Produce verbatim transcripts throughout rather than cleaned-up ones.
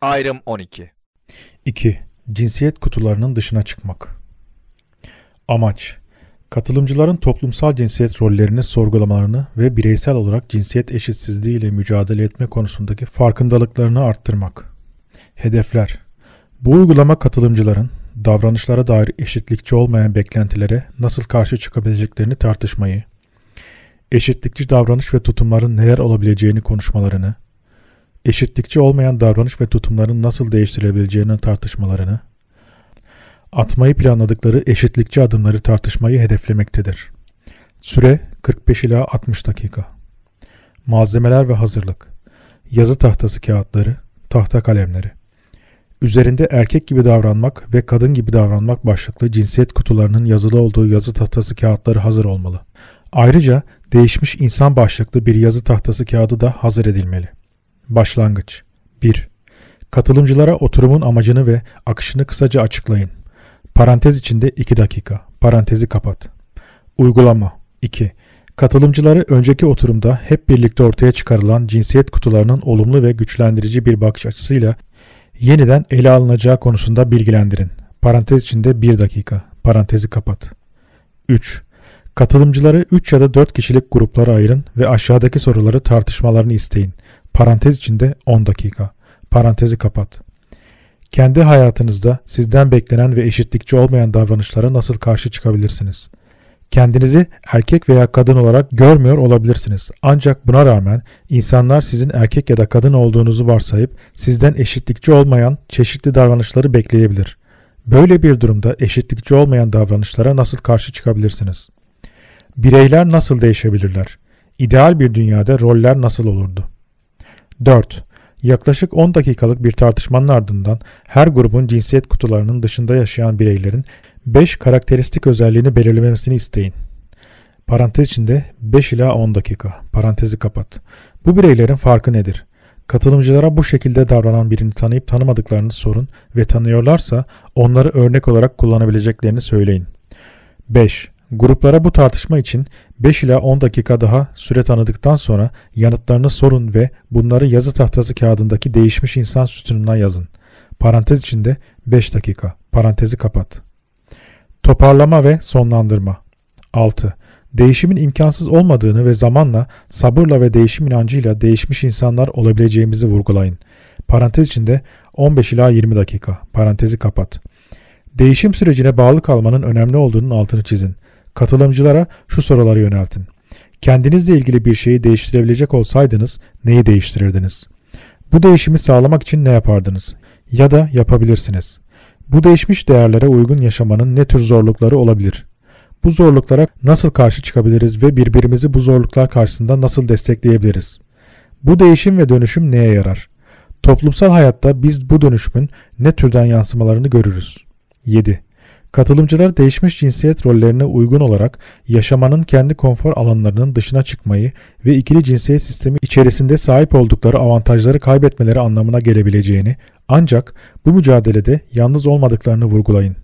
Ayrım on iki. iki. Cinsiyet kutularının dışına çıkmak. Amaç: katılımcıların toplumsal cinsiyet rollerini sorgulamalarını ve bireysel olarak cinsiyet eşitsizliği ile mücadele etme konusundaki farkındalıklarını arttırmak. Hedefler: bu uygulama katılımcıların davranışlara dair eşitlikçi olmayan beklentilere nasıl karşı çıkabileceklerini tartışmayı, eşitlikçi davranış ve tutumların neler olabileceğini konuşmalarını, eşitlikçi olmayan davranış ve tutumların nasıl değiştirebileceğini tartışmalarını, atmayı planladıkları eşitlikçi adımları tartışmayı hedeflemektedir. Süre kırk beş ila altmış dakika. Malzemeler ve hazırlık: yazı tahtası kağıtları, tahta kalemleri. Üzerinde erkek gibi davranmak ve kadın gibi davranmak başlıklı cinsiyet kutularının yazılı olduğu yazı tahtası kağıtları hazır olmalı. Ayrıca değişmiş insan başlıklı bir yazı tahtası kağıdı da hazır edilmeli. Başlangıç: bir. Katılımcılara oturumun amacını ve akışını kısaca açıklayın. Parantez içinde iki dakika. Parantezi kapat. Uygulama: iki. Katılımcıları önceki oturumda hep birlikte ortaya çıkarılan cinsiyet kutularının olumlu ve güçlendirici bir bakış açısıyla yeniden ele alınacağı konusunda bilgilendirin. Parantez içinde bir dakika. Parantezi kapat. üç. Katılımcıları üç ya da dört kişilik gruplara ayırın ve aşağıdaki soruları tartışmalarını isteyin. Parantez içinde on dakika. Parantezi kapat. Kendi hayatınızda sizden beklenen ve eşitlikçi olmayan davranışlara nasıl karşı çıkabilirsiniz? Kendinizi erkek veya kadın olarak görmüyor olabilirsiniz. Ancak buna rağmen insanlar sizin erkek ya da kadın olduğunuzu varsayıp sizden eşitlikçi olmayan çeşitli davranışları bekleyebilir. Böyle bir durumda eşitlikçi olmayan davranışlara nasıl karşı çıkabilirsiniz? Bireyler nasıl değişebilirler? İdeal bir dünyada roller nasıl olurdu? dört. Yaklaşık on dakikalık bir tartışmanın ardından her grubun cinsiyet kutularının dışında yaşayan bireylerin beş karakteristik özelliğini belirlemesini isteyin. Parantez içinde beş ila on dakika. Parantezi kapat. Bu bireylerin farkı nedir? Katılımcılara bu şekilde davranan birini tanıyıp tanımadıklarını sorun ve tanıyorlarsa onları örnek olarak kullanabileceklerini söyleyin. beş. Gruplara bu tartışma için beş ila on dakika daha süre tanıdıktan sonra yanıtlarını sorun ve bunları yazı tahtası kağıdındaki değişmiş insan sütununa yazın. Parantez içinde beş dakika. Parantezi kapat. Toparlama ve sonlandırma. altı. Değişimin imkansız olmadığını ve zamanla sabırla ve değişim inancıyla değişmiş insanlar olabileceğimizi vurgulayın. Parantez içinde on beş ila yirmi dakika. Parantezi kapat. Değişim sürecine bağlı kalmanın önemli olduğunun altını çizin. Katılımcılara şu soruları yöneltin. Kendinizle ilgili bir şeyi değiştirebilecek olsaydınız neyi değiştirirdiniz? Bu değişimi sağlamak için ne yapardınız? Ya da yapabilirsiniz. Bu değişmiş değerlere uygun yaşamanın ne tür zorlukları olabilir? Bu zorluklara nasıl karşı çıkabiliriz ve birbirimizi bu zorluklar karşısında nasıl destekleyebiliriz? Bu değişim ve dönüşüm neye yarar? Toplumsal hayatta biz bu dönüşümün ne türden yansımalarını görürüz? yedi. Katılımcılar değişmiş cinsiyet rollerine uygun olarak yaşamanın kendi konfor alanlarının dışına çıkmayı ve ikili cinsiyet sistemi içerisinde sahip oldukları avantajları kaybetmeleri anlamına gelebileceğini, ancak bu mücadelede yalnız olmadıklarını vurgulayın.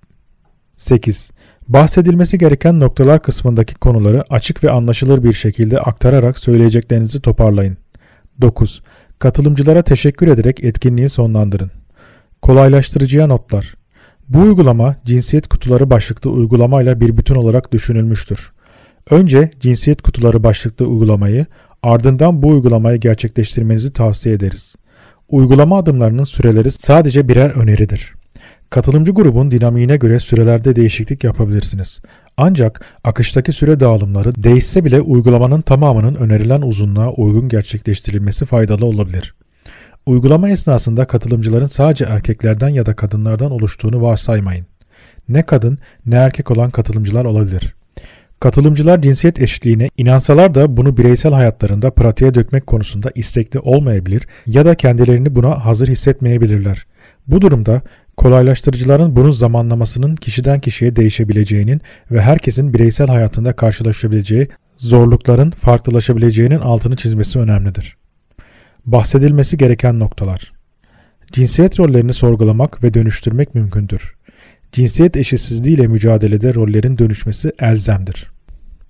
sekiz. Bahsedilmesi gereken noktalar kısmındaki konuları açık ve anlaşılır bir şekilde aktararak söyleyeceklerinizi toparlayın. dokuz. Katılımcılara teşekkür ederek etkinliği sonlandırın. Kolaylaştırıcıya notlar. Bu uygulama cinsiyet kutuları başlıklı uygulamayla bir bütün olarak düşünülmüştür. Önce cinsiyet kutuları başlıklı uygulamayı, ardından bu uygulamayı gerçekleştirmenizi tavsiye ederiz. Uygulama adımlarının süreleri sadece birer öneridir. Katılımcı grubun dinamiğine göre sürelerde değişiklik yapabilirsiniz. Ancak akıştaki süre dağılımları değişse bile uygulamanın tamamının önerilen uzunluğa uygun gerçekleştirilmesi faydalı olabilir. Uygulama esnasında katılımcıların sadece erkeklerden ya da kadınlardan oluştuğunu varsaymayın. Ne kadın ne erkek olan katılımcılar olabilir. Katılımcılar cinsiyet eşitliğine inansalar da bunu bireysel hayatlarında pratiğe dökmek konusunda istekli olmayabilir ya da kendilerini buna hazır hissetmeyebilirler. Bu durumda kolaylaştırıcıların bunun zamanlamasının kişiden kişiye değişebileceğinin ve herkesin bireysel hayatında karşılaşabileceği zorlukların farklılaşabileceğinin altını çizmesi önemlidir. Bahsedilmesi gereken noktalar. Cinsiyet rollerini sorgulamak ve dönüştürmek mümkündür. Cinsiyet eşitsizliği ile mücadelede rollerin dönüşmesi elzemdir.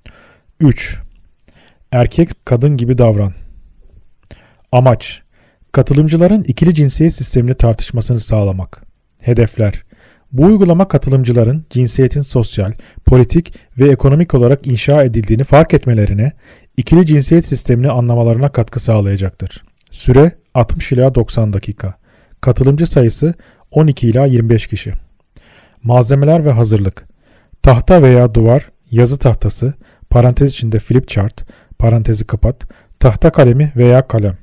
üç. Erkek kadın gibi davran. Amaç: Katılımcıların ikili cinsiyet sistemini tartışmasını sağlamak. Hedefler: Bu uygulama katılımcıların cinsiyetin sosyal, politik ve ekonomik olarak inşa edildiğini fark etmelerine, ikili cinsiyet sistemini anlamalarına katkı sağlayacaktır. Süre altmış ila doksan dakika. Katılımcı sayısı on iki ila yirmi beş kişi. Malzemeler ve hazırlık: Tahta veya duvar, yazı tahtası, parantez içinde flip chart, parantezi kapat, tahta kalemi veya kalem.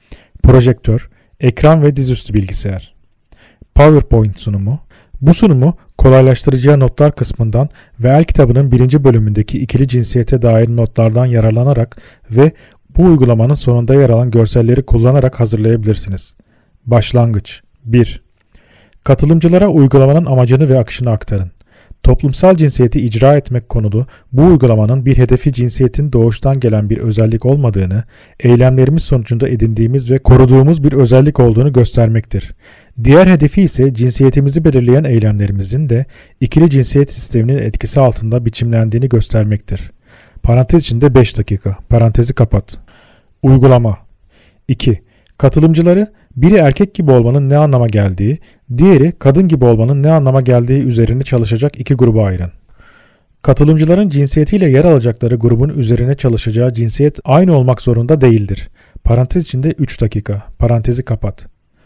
Projektör, ekran ve dizüstü bilgisayar. PowerPoint sunumu. Bu sunumu kolaylaştırıcıya notlar kısmından ve el kitabının birinci bölümündeki ikili cinsiyete dair notlardan yararlanarak ve bu uygulamanın sonunda yer alan görselleri kullanarak hazırlayabilirsiniz. Başlangıç. bir. Katılımcılara uygulamanın amacını ve akışını aktarın. Toplumsal cinsiyeti icra etmek konulu bu uygulamanın bir hedefi cinsiyetin doğuştan gelen bir özellik olmadığını, eylemlerimiz sonucunda edindiğimiz ve koruduğumuz bir özellik olduğunu göstermektir. Diğer hedefi ise cinsiyetimizi belirleyen eylemlerimizin de ikili cinsiyet sisteminin etkisi altında biçimlendiğini göstermektir. Parantez içinde beş dakika. Parantezi kapat. Uygulama. iki. Katılımcıları biri erkek gibi olmanın ne anlama geldiği, diğeri kadın gibi olmanın ne anlama geldiği üzerine çalışacak iki gruba ayırın. Katılımcıların cinsiyetiyle yer alacakları grubun üzerine çalışacağı cinsiyet aynı olmak zorunda değildir. Parantez içinde üç dakika. Parantezi kapat.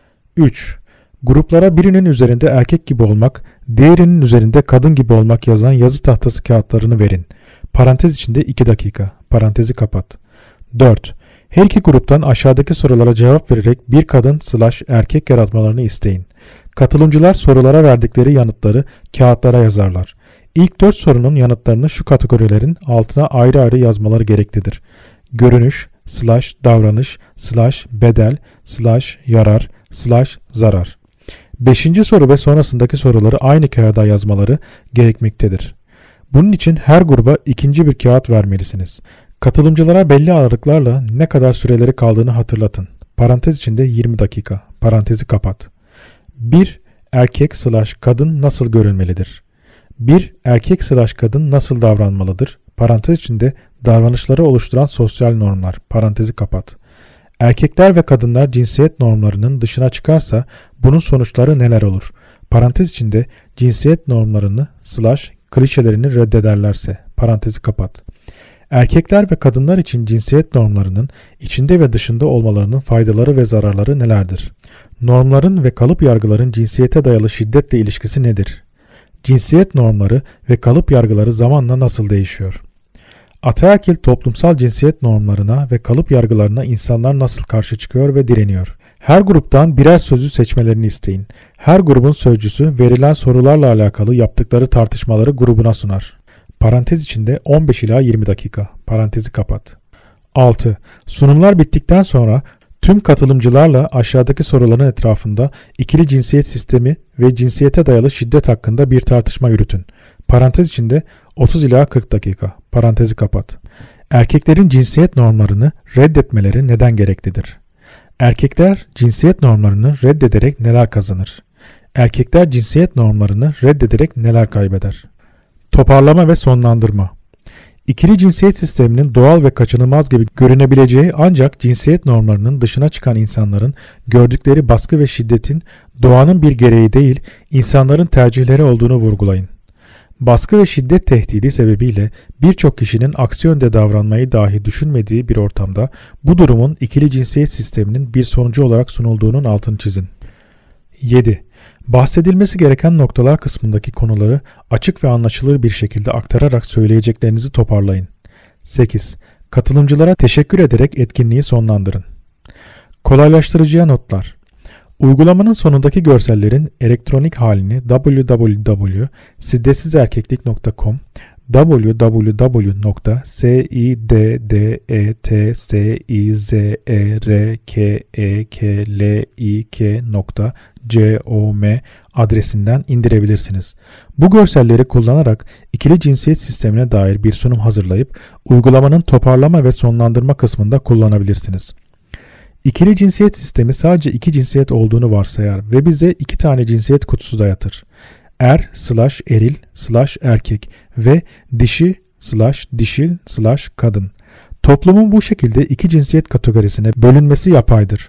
üç. Gruplara birinin üzerinde erkek gibi olmak, diğerinin üzerinde kadın gibi olmak yazan yazı tahtası kağıtlarını verin. Parantez içinde iki dakika. Parantezi kapat. dört. Her iki gruptan aşağıdaki sorulara cevap vererek bir kadın slash erkek yaratmalarını isteyin. Katılımcılar sorulara verdikleri yanıtları kağıtlara yazarlar. İlk dört sorunun yanıtlarını şu kategorilerin altına ayrı ayrı yazmaları gereklidir. Görünüş, slash davranış, slash bedel, slash yarar, slash zarar. Beşinci soru ve sonrasındaki soruları aynı kağıda yazmaları gerekmektedir. Bunun için her gruba ikinci bir kağıt vermelisiniz. Katılımcılara belli aralıklarla ne kadar süreleri kaldığını hatırlatın. Parantez içinde yirmi dakika. Parantezi kapat. bir. Erkek slash kadın nasıl görünmelidir? bir. Erkek slash kadın nasıl davranmalıdır? Parantez içinde davranışları oluşturan sosyal normlar. Parantezi kapat. Erkekler ve kadınlar cinsiyet normlarının dışına çıkarsa bunun sonuçları neler olur? Parantez içinde cinsiyet normlarını slash klişelerini reddederlerse. Parantezi kapat. Erkekler ve kadınlar için cinsiyet normlarının içinde ve dışında olmalarının faydaları ve zararları nelerdir? Normların ve kalıp yargıların cinsiyete dayalı şiddetle ilişkisi nedir? Cinsiyet normları ve kalıp yargıları zamanla nasıl değişiyor? Ataerkil toplumsal cinsiyet normlarına ve kalıp yargılarına insanlar nasıl karşı çıkıyor ve direniyor? Her gruptan birer sözcü seçmelerini isteyin. Her grubun sözcüsü verilen sorularla alakalı yaptıkları tartışmaları grubuna sunar. Parantez içinde on beş ila yirmi dakika. Parantezi kapat. altı. Sunumlar bittikten sonra tüm katılımcılarla aşağıdaki soruların etrafında ikili cinsiyet sistemi ve cinsiyete dayalı şiddet hakkında bir tartışma yürütün. Parantez içinde otuz ila kırk dakika. Parantezi kapat. Erkeklerin cinsiyet normlarını reddetmeleri neden gereklidir? Erkekler cinsiyet normlarını reddederek neler kazanır? Erkekler cinsiyet normlarını reddederek neler kaybeder? Toparlama ve sonlandırma. İkili cinsiyet sisteminin doğal ve kaçınılmaz gibi görünebileceği ancak cinsiyet normlarının dışına çıkan insanların gördükleri baskı ve şiddetin doğanın bir gereği değil, insanların tercihleri olduğunu vurgulayın. Baskı ve şiddet tehdidi sebebiyle birçok kişinin aksi yönde davranmayı dahi düşünmediği bir ortamda bu durumun ikili cinsiyet sisteminin bir sonucu olarak sunulduğunun altını çizin. yedi. Bahsedilmesi gereken noktalar kısmındaki konuları açık ve anlaşılır bir şekilde aktararak söyleyeceklerinizi toparlayın. sekiz. Katılımcılara teşekkür ederek etkinliği sonlandırın. Kolaylaştırıcıya notlar. Uygulamanın sonundaki görsellerin elektronik halini double-u double-u double-u nokta siddetsizerkeklik nokta com, double-u double-u double-u nokta siddetsizerkeklik nokta com adresinden indirebilirsiniz. Bu görselleri kullanarak ikili cinsiyet sistemine dair bir sunum hazırlayıp uygulamanın toparlama ve sonlandırma kısmında kullanabilirsiniz. İkili cinsiyet sistemi sadece iki cinsiyet olduğunu varsayar ve bize iki tane cinsiyet kutusu dayatır. Er slash eril slash erkek ve dişi slash dişil slash kadın. Toplumun bu şekilde iki cinsiyet kategorisine bölünmesi yapaydır.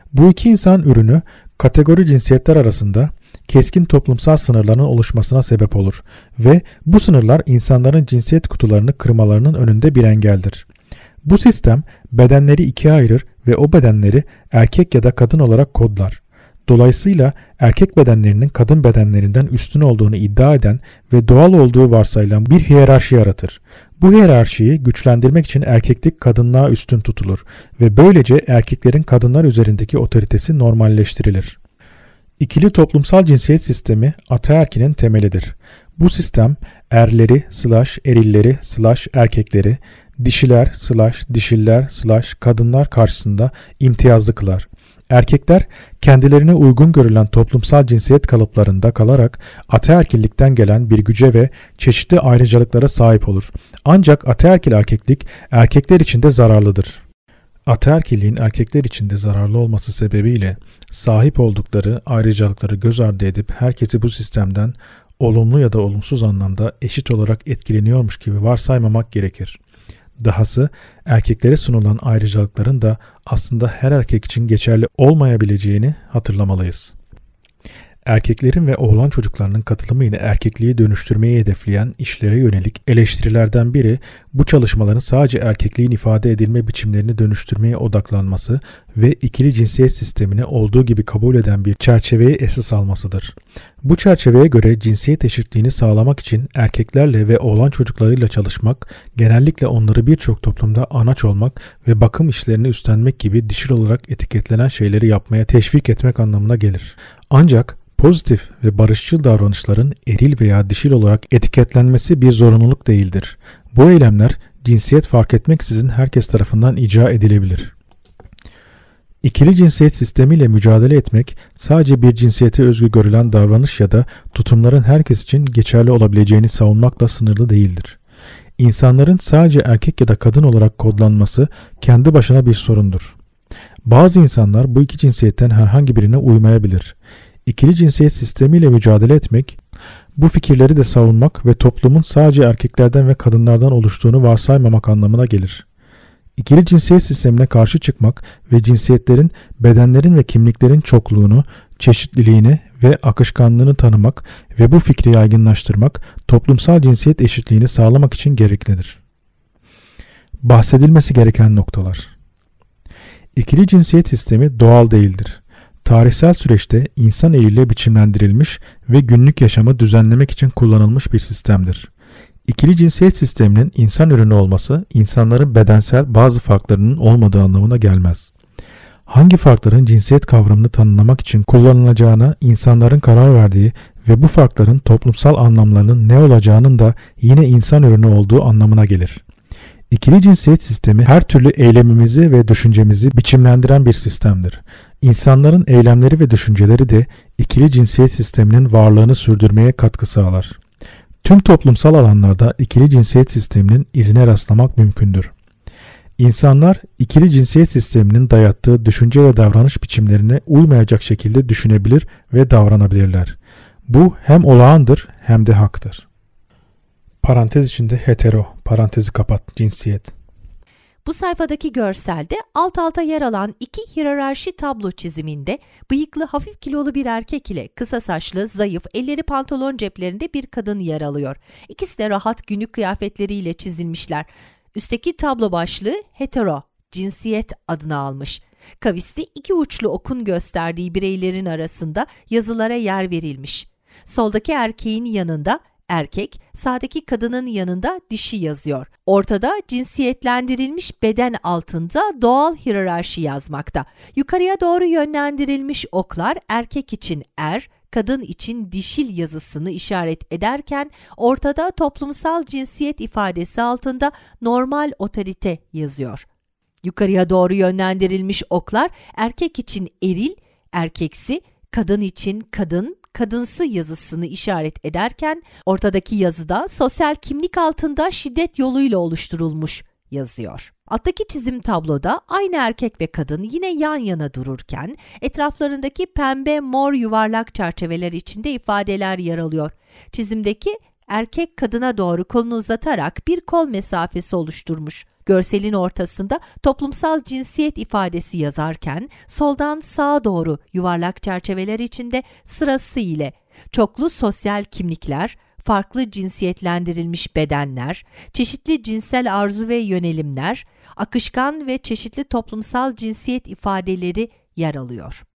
Bu iki insan ürünü kategori cinsiyetler arasında keskin toplumsal sınırların oluşmasına sebep olur ve bu sınırlar insanların cinsiyet kutularını kırmalarının önünde bir engeldir. Bu sistem bedenleri ikiye ayırır ve o bedenleri erkek ya da kadın olarak kodlar. Dolayısıyla erkek bedenlerinin kadın bedenlerinden üstün olduğunu iddia eden ve doğal olduğu varsayılan bir hiyerarşi yaratır. Bu hiyerarşiyi güçlendirmek için erkeklik kadınlığa üstün tutulur ve böylece erkeklerin kadınlar üzerindeki otoritesi normalleştirilir. İkili toplumsal cinsiyet sistemi ataerkinin temelidir. Bu sistem erleri slash erilleri slash erkekleri, dişiler slash dişiller slash kadınlar karşısında imtiyazlı kılar. Erkekler kendilerine uygun görülen toplumsal cinsiyet kalıplarında kalarak ataerkillikten gelen bir güce ve çeşitli ayrıcalıklara sahip olur. Ancak ataerkil erkeklik erkekler için de zararlıdır. Ataerkilliğin erkekler için de zararlı olması sebebiyle sahip oldukları ayrıcalıkları göz ardı edip herkesi bu sistemden olumlu ya da olumsuz anlamda eşit olarak etkileniyormuş gibi varsaymamak gerekir. Dahası erkeklere sunulan ayrıcalıkların da aslında her erkek için geçerli olmayabileceğini hatırlamalıyız. Erkeklerin ve oğlan çocuklarının katılımı ile erkekliği dönüştürmeyi hedefleyen işlere yönelik eleştirilerden biri bu çalışmaların sadece erkekliğin ifade edilme biçimlerini dönüştürmeye odaklanması ve ikili cinsiyet sistemini olduğu gibi kabul eden bir çerçeveyi esas almasıdır. Bu çerçeveye göre cinsiyet eşitliğini sağlamak için erkeklerle ve oğlan çocuklarıyla çalışmak, genellikle onları birçok toplumda anaç olmak ve bakım işlerini üstlenmek gibi dişil olarak etiketlenen şeyleri yapmaya teşvik etmek anlamına gelir. Ancak pozitif ve barışçıl davranışların eril veya dişil olarak etiketlenmesi bir zorunluluk değildir. Bu eylemler cinsiyet fark etmeksizin herkes tarafından icra edilebilir. İkili cinsiyet sistemiyle mücadele etmek sadece bir cinsiyete özgü görülen davranış ya da tutumların herkes için geçerli olabileceğini savunmakla sınırlı değildir. İnsanların sadece erkek ya da kadın olarak kodlanması kendi başına bir sorundur. Bazı insanlar bu iki cinsiyetten herhangi birine uymayabilir. İkili cinsiyet sistemiyle mücadele etmek, bu fikirleri de savunmak ve toplumun sadece erkeklerden ve kadınlardan oluştuğunu varsaymamak anlamına gelir. İkili cinsiyet sistemine karşı çıkmak ve cinsiyetlerin, bedenlerin ve kimliklerin çokluğunu, çeşitliliğini ve akışkanlığını tanımak ve bu fikri yaygınlaştırmak, toplumsal cinsiyet eşitliğini sağlamak için gereklidir. Bahsedilmesi gereken noktalar. İkili cinsiyet sistemi doğal değildir. Tarihsel süreçte insan eliyle biçimlendirilmiş ve günlük yaşamı düzenlemek için kullanılmış bir sistemdir. İkili cinsiyet sisteminin insan ürünü olması, insanların bedensel bazı farklarının olmadığı anlamına gelmez. Hangi farkların cinsiyet kavramını tanımlamak için kullanılacağına insanların karar verdiği ve bu farkların toplumsal anlamlarının ne olacağının da yine insan ürünü olduğu anlamına gelir. İkili cinsiyet sistemi her türlü eylemimizi ve düşüncemizi biçimlendiren bir sistemdir. İnsanların eylemleri ve düşünceleri de ikili cinsiyet sisteminin varlığını sürdürmeye katkı sağlar. Tüm toplumsal alanlarda ikili cinsiyet sisteminin izine rastlamak mümkündür. İnsanlar ikili cinsiyet sisteminin dayattığı düşünce ve davranış biçimlerine uymayacak şekilde düşünebilir ve davranabilirler. Bu hem olağandır hem de haktır. Parantez içinde hetero, parantezi kapat, cinsiyet. Bu sayfadaki görselde alt alta yer alan iki hiyerarşi tablo çiziminde bıyıklı hafif kilolu bir erkek ile kısa saçlı, zayıf, elleri pantolon ceplerinde bir kadın yer alıyor. İkisi de rahat günlük kıyafetleriyle çizilmişler. Üstteki tablo başlığı hetero, cinsiyet adını almış. Kaviste iki uçlu okun gösterdiği bireylerin arasında yazılara yer verilmiş. Soldaki erkeğin yanında erkek, sağdaki kadının yanında dişi yazıyor. Ortada cinsiyetlendirilmiş beden altında doğal hiyerarşi yazmakta. Yukarıya doğru yönlendirilmiş oklar erkek için er, kadın için dişil yazısını işaret ederken ortada toplumsal cinsiyet ifadesi altında normal otorite yazıyor. Yukarıya doğru yönlendirilmiş oklar erkek için eril, erkeksi, kadın için kadın, kadınsı yazısını işaret ederken ortadaki yazıda sosyal kimlik altında şiddet yoluyla oluşturulmuş yazıyor. Alttaki çizim tabloda aynı erkek ve kadın yine yan yana dururken etraflarındaki pembe mor yuvarlak çerçeveler içinde ifadeler yer alıyor. Çizimdeki erkek kadına doğru kolunu uzatarak bir kol mesafesi oluşturmuş. Görselin ortasında toplumsal cinsiyet ifadesi yazarken soldan sağa doğru yuvarlak çerçeveler içinde sırası ile çoklu sosyal kimlikler, farklı cinsiyetlendirilmiş bedenler, çeşitli cinsel arzu ve yönelimler, akışkan ve çeşitli toplumsal cinsiyet ifadeleri yer alıyor.